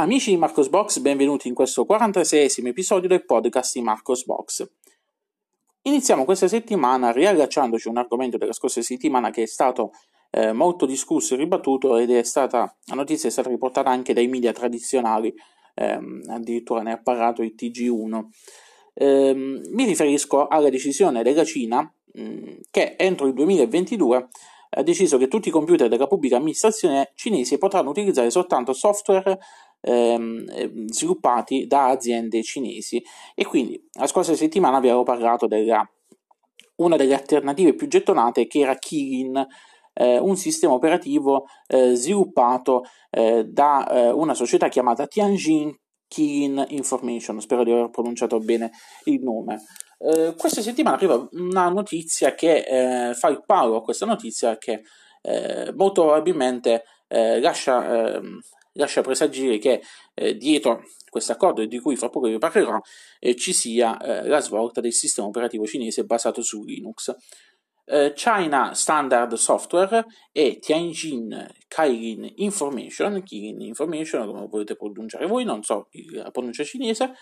Amici di Marcosbox, benvenuti in questo 46esimo episodio del podcast di Marcosbox. Iniziamo questa settimana riallacciandoci a un argomento della scorsa settimana che è stato molto discusso e ribattuto, ed la notizia è stata riportata anche dai media tradizionali, addirittura ne ha parlato il TG1. Mi riferisco alla decisione della Cina che entro il 2022 ha deciso che tutti i computer della pubblica amministrazione cinesi potranno utilizzare soltanto software sviluppati da aziende cinesi. E quindi la scorsa settimana abbiamo parlato della una delle alternative più gettonate, che era Kirin, un sistema operativo sviluppato da una società chiamata Tianjin Kirin Information. Spero di aver pronunciato bene il nome. Questa settimana arriva una notizia che fa il palo a questa notizia, che molto probabilmente lascia presagire che dietro questo accordo, di cui fra poco vi parlerò, ci sia la svolta del sistema operativo cinese basato su Linux. China Standard Software e Tianjin Kirin Information, come lo volete pronunciare voi, non so la pronuncia cinese.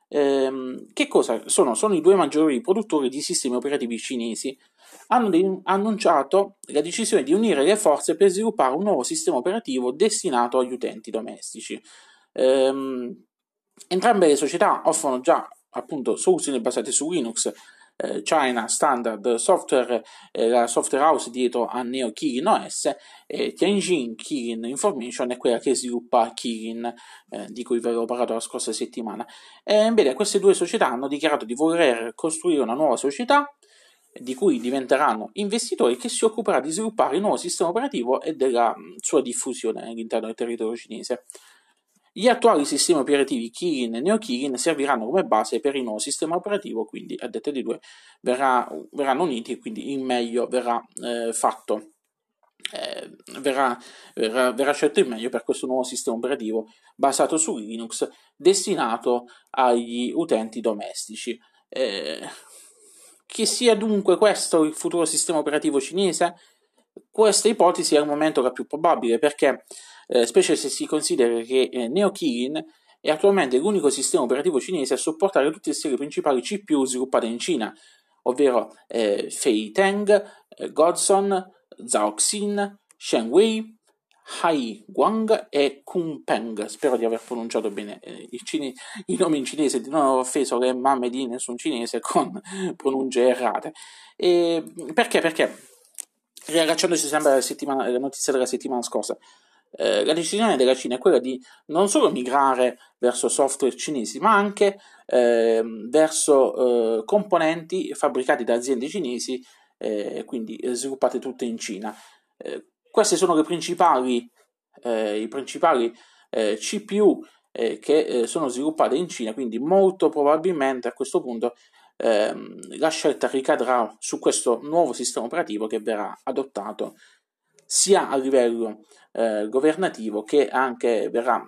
Che cosa sono? Sono i due maggiori produttori di sistemi operativi cinesi. Hanno annunciato la decisione di unire le forze per sviluppare un nuovo sistema operativo destinato agli utenti domestici. Entrambe le società offrono già appunto soluzioni basate su Linux. China Standard Software, la software house dietro a Neo Kirin OS, e Tianjin Kirin Information è quella che sviluppa Kirin, di cui vi avevo parlato la scorsa settimana. Bene, queste due società hanno dichiarato di voler costruire una nuova società di cui diventeranno investitori, che si occuperà di sviluppare il nuovo sistema operativo e della sua diffusione all'interno del territorio cinese. Gli attuali sistemi operativi Kirin e Neo Kirin serviranno come base per il nuovo sistema operativo, quindi a detta di due verranno uniti e quindi il meglio verrà fatto. Verrà scelto il meglio per questo nuovo sistema operativo basato su Linux, destinato agli utenti domestici. Che sia dunque questo il futuro sistema operativo cinese? Questa ipotesi è al momento la più probabile, perché specie se si considera che Neo Kirin è attualmente l'unico sistema operativo cinese a supportare tutte le serie principali CPU sviluppate in Cina, ovvero Fei Teng, Godson, Zhaoxin, Shenwei, Hai Guang e Kunpeng. Spero di aver pronunciato bene i nomi in cinese, di non aver offeso le mamme di nessun cinese con pronunce errate. Perché? Perché, riallacciandoci sempre alla notizia della settimana scorsa, la decisione della Cina è quella di non solo migrare verso software cinesi, ma anche verso componenti fabbricati da aziende cinesi, quindi sviluppate tutte in Cina. Queste sono i principali CPU che sono sviluppate in Cina, quindi molto probabilmente a questo punto la scelta ricadrà su questo nuovo sistema operativo che verrà adottato sia a livello governativo, che anche verrà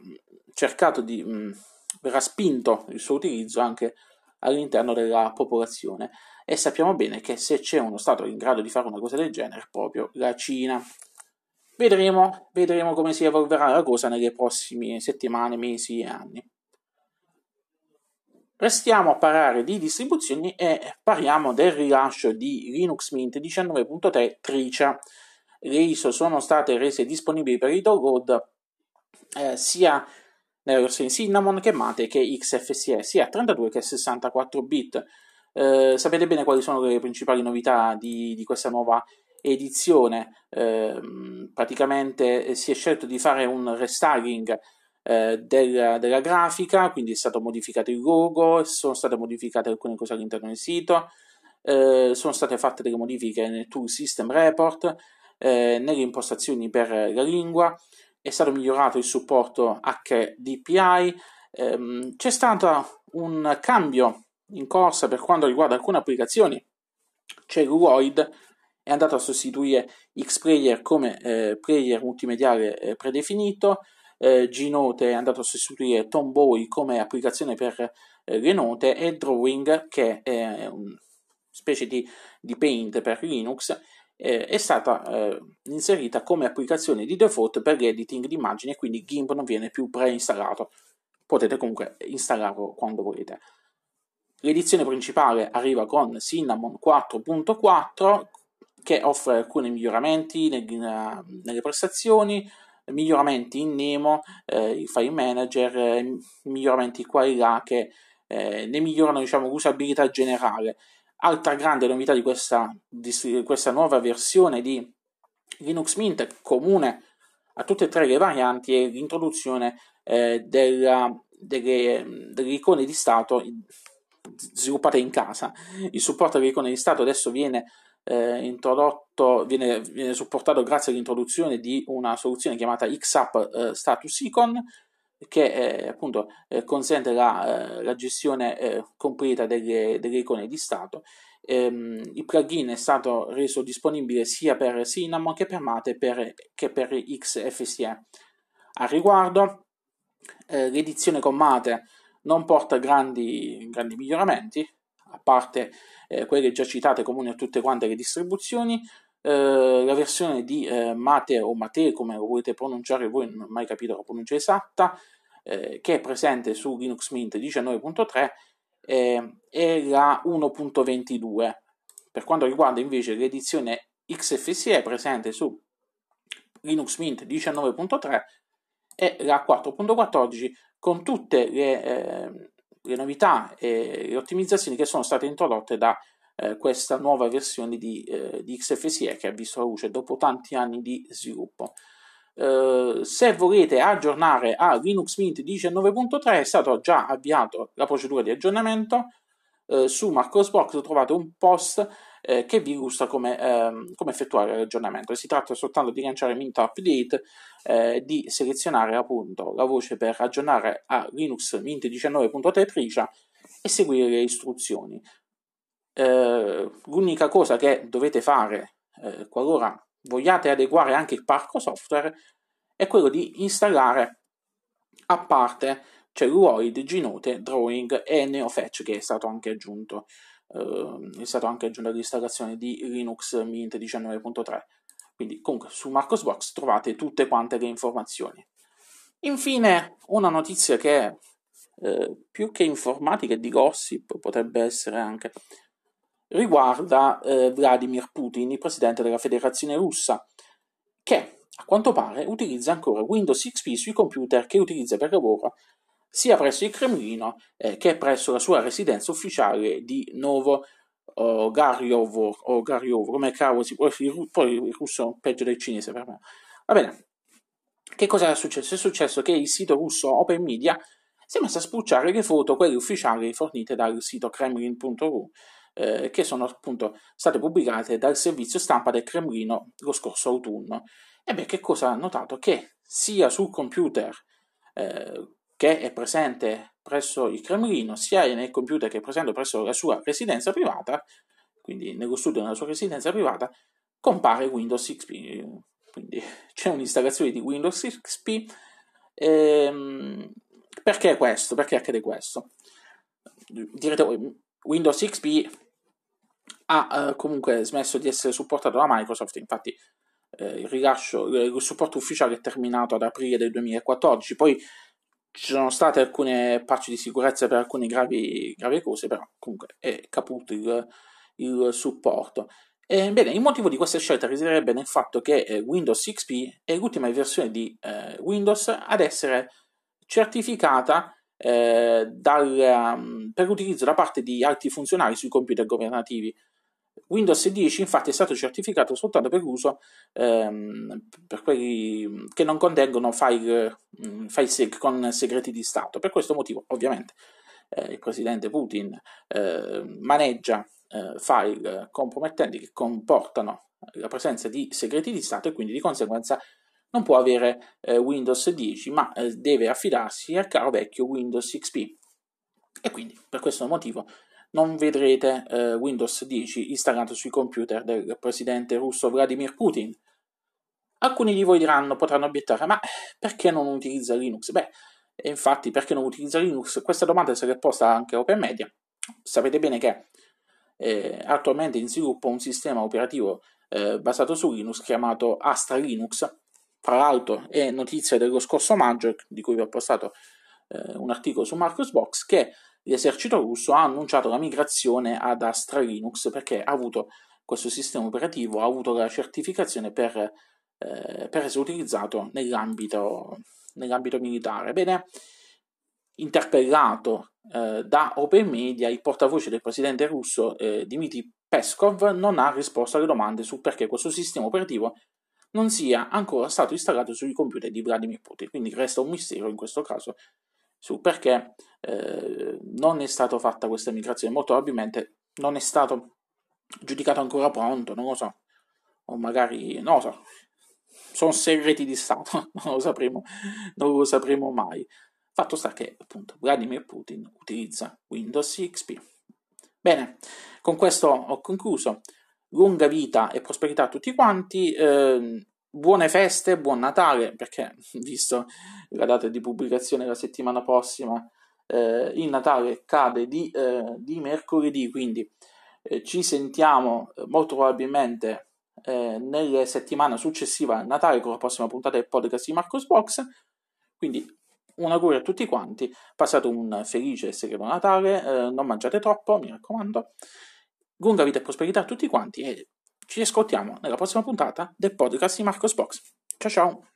spinto il suo utilizzo anche all'interno della popolazione. E sappiamo bene che se c'è uno Stato in grado di fare una cosa del genere è proprio la Cina. Vedremo come si evolverà la cosa nelle prossime settimane, mesi e anni. Restiamo a parlare di distribuzioni e parliamo del rilascio di Linux Mint 19.3 Tricia. Le ISO sono state rese disponibili per il download sia nella versione Cinnamon che Mate che XFCE, sia a 32 che a 64 bit. Sapete bene quali sono le principali novità di questa nuova edizione. Praticamente si è scelto di fare un restyling della grafica, quindi è stato modificato il logo, sono state modificate alcune cose all'interno del sito, sono state fatte delle modifiche nel tool System Report, nelle impostazioni per la lingua, è stato migliorato il supporto HDPI, c'è stato un cambio in corsa per quanto riguarda alcune applicazioni. Celluloid è andato a sostituire Xplayer come player multimediale predefinito, Gnote è andato a sostituire Tomboy come applicazione per le note, e Drawing, che è una specie di Paint per Linux, è stata inserita come applicazione di default per l'editing di immagini, e quindi GIMP non viene più preinstallato, potete comunque installarlo quando volete. L'edizione principale arriva con Cinnamon 4.4, che offre alcuni miglioramenti nelle prestazioni, miglioramenti in Nemo, i file manager, miglioramenti qua e là che ne migliorano, diciamo, l'usabilità generale. Altra grande novità di questa nuova versione di Linux Mint, comune a tutte e tre le varianti, è l'introduzione delle icone di stato sviluppate in casa. Il supporto alle icone di stato adesso viene introdotto, viene supportato grazie all'introduzione di una soluzione chiamata XApp Status Icon, che appunto consente la gestione completa delle icone di stato. Il plugin è stato reso disponibile sia per Cinnamon che per Mate che per XFCE. Al riguardo, l'edizione con Mate non porta grandi miglioramenti, a parte quelle già citate comuni a tutte quante le distribuzioni. La versione di Mate o Mate, come lo volete pronunciare voi, non ho mai capito la pronuncia esatta, che è presente su Linux Mint 19.3, è la 1.22. Per quanto riguarda invece l'edizione XFCE presente su Linux Mint 19.3, è la 4.14, con tutte le novità e le ottimizzazioni che sono state introdotte da questa nuova versione di XFCE, che ha visto la luce dopo tanti anni di sviluppo. Se volete aggiornare a Linux Mint 19.3, è stato già avviato la procedura di aggiornamento. Su Marcosbox trovate un post che vi illustra come effettuare l'aggiornamento. Si tratta soltanto di lanciare Mint Update, di selezionare appunto la voce per aggiornare a Linux Mint 19.3 Tricia e seguire le istruzioni. L'unica cosa che dovete fare qualora vogliate adeguare anche il parco software è quello di installare a parte Celluloid, Gnote, Drawing e NeoFetch, che è stato anche aggiunto all'installazione di Linux Mint 19.3. Quindi comunque su Marcosbox trovate tutte quante le informazioni. Infine una notizia che più che informatica e di gossip potrebbe essere anche, riguarda Vladimir Putin, il presidente della Federazione Russa, che a quanto pare utilizza ancora Windows XP sui computer che utilizza per lavoro sia presso il Cremlino che presso la sua residenza ufficiale di Novo Garyovo, o Garyovo, come cavolo si può, poi il russo è peggio del cinese per me. Va bene, che cosa è successo? È successo che il sito russo Open Media si è messo a spulciare le foto, quelle ufficiali fornite dal sito kremlin.ru, che sono appunto state pubblicate dal servizio stampa del Cremlino lo scorso autunno. E beh, che cosa ha notato? Che sia sul computer che è presente presso il Cremlino, sia nel computer che è presente presso la sua residenza privata, quindi nello studio della sua residenza privata, compare Windows XP. Quindi c'è un'installazione di Windows XP. Perché questo? Perché accade questo? Direte voi, Windows XP ha comunque smesso di essere supportato da Microsoft, infatti il supporto ufficiale è terminato ad aprile del 2014, poi ci sono state alcune patch di sicurezza per alcune gravi cose, però comunque è caput il supporto. Bene, il motivo di questa scelta risiederebbe nel fatto che Windows XP è l'ultima versione di Windows ad essere certificata per l'utilizzo da parte di alti funzionari sui computer governativi. Windows 10 infatti è stato certificato soltanto per l'uso per quelli che non contengono file con segreti di Stato. Per questo motivo, ovviamente, il presidente Putin maneggia file compromettenti che comportano la presenza di segreti di Stato e quindi di conseguenza non può avere Windows 10, ma deve affidarsi al caro vecchio Windows XP. E quindi, per questo motivo, non vedrete Windows 10 installato sui computer del presidente russo Vladimir Putin. Alcuni di voi potranno obiettare, ma perché non utilizza Linux? Beh, infatti, perché non utilizza Linux? Questa domanda si è posta anche a Open Media. Sapete bene che attualmente in sviluppo un sistema operativo basato su Linux chiamato Astra Linux. Tra l'altro è notizia dello scorso maggio, di cui vi ho postato un articolo su Marcosbox, che l'esercito russo ha annunciato la migrazione ad Astra Linux perché ha avuto questo sistema operativo, ha avuto la certificazione per essere utilizzato nell'ambito militare. Bene, interpellato da Open Media, il portavoce del presidente russo Dmitry Peskov non ha risposto alle domande su perché questo sistema operativo non sia ancora stato installato sui computer di Vladimir Putin, quindi resta un mistero in questo caso su perché non è stata fatta questa migrazione. Molto probabilmente non è stato giudicato ancora pronto, non lo so, o magari, non lo so, sono segreti di Stato, non lo sapremo mai. Fatto sta che, appunto, Vladimir Putin utilizza Windows XP. Bene, con questo ho concluso. Lunga vita e prosperità a tutti quanti, buone feste, buon Natale, perché visto la data di pubblicazione la settimana prossima, il Natale cade di mercoledì, quindi ci sentiamo molto probabilmente nelle settimane successive al Natale con la prossima puntata del podcast di Marcosbox. Quindi un augurio a tutti quanti, passate un felice e sereno Natale, non mangiate troppo, mi raccomando. Lunga vita e prosperità a tutti quanti e ci ascoltiamo nella prossima puntata del podcast di Marcosbox. Ciao ciao!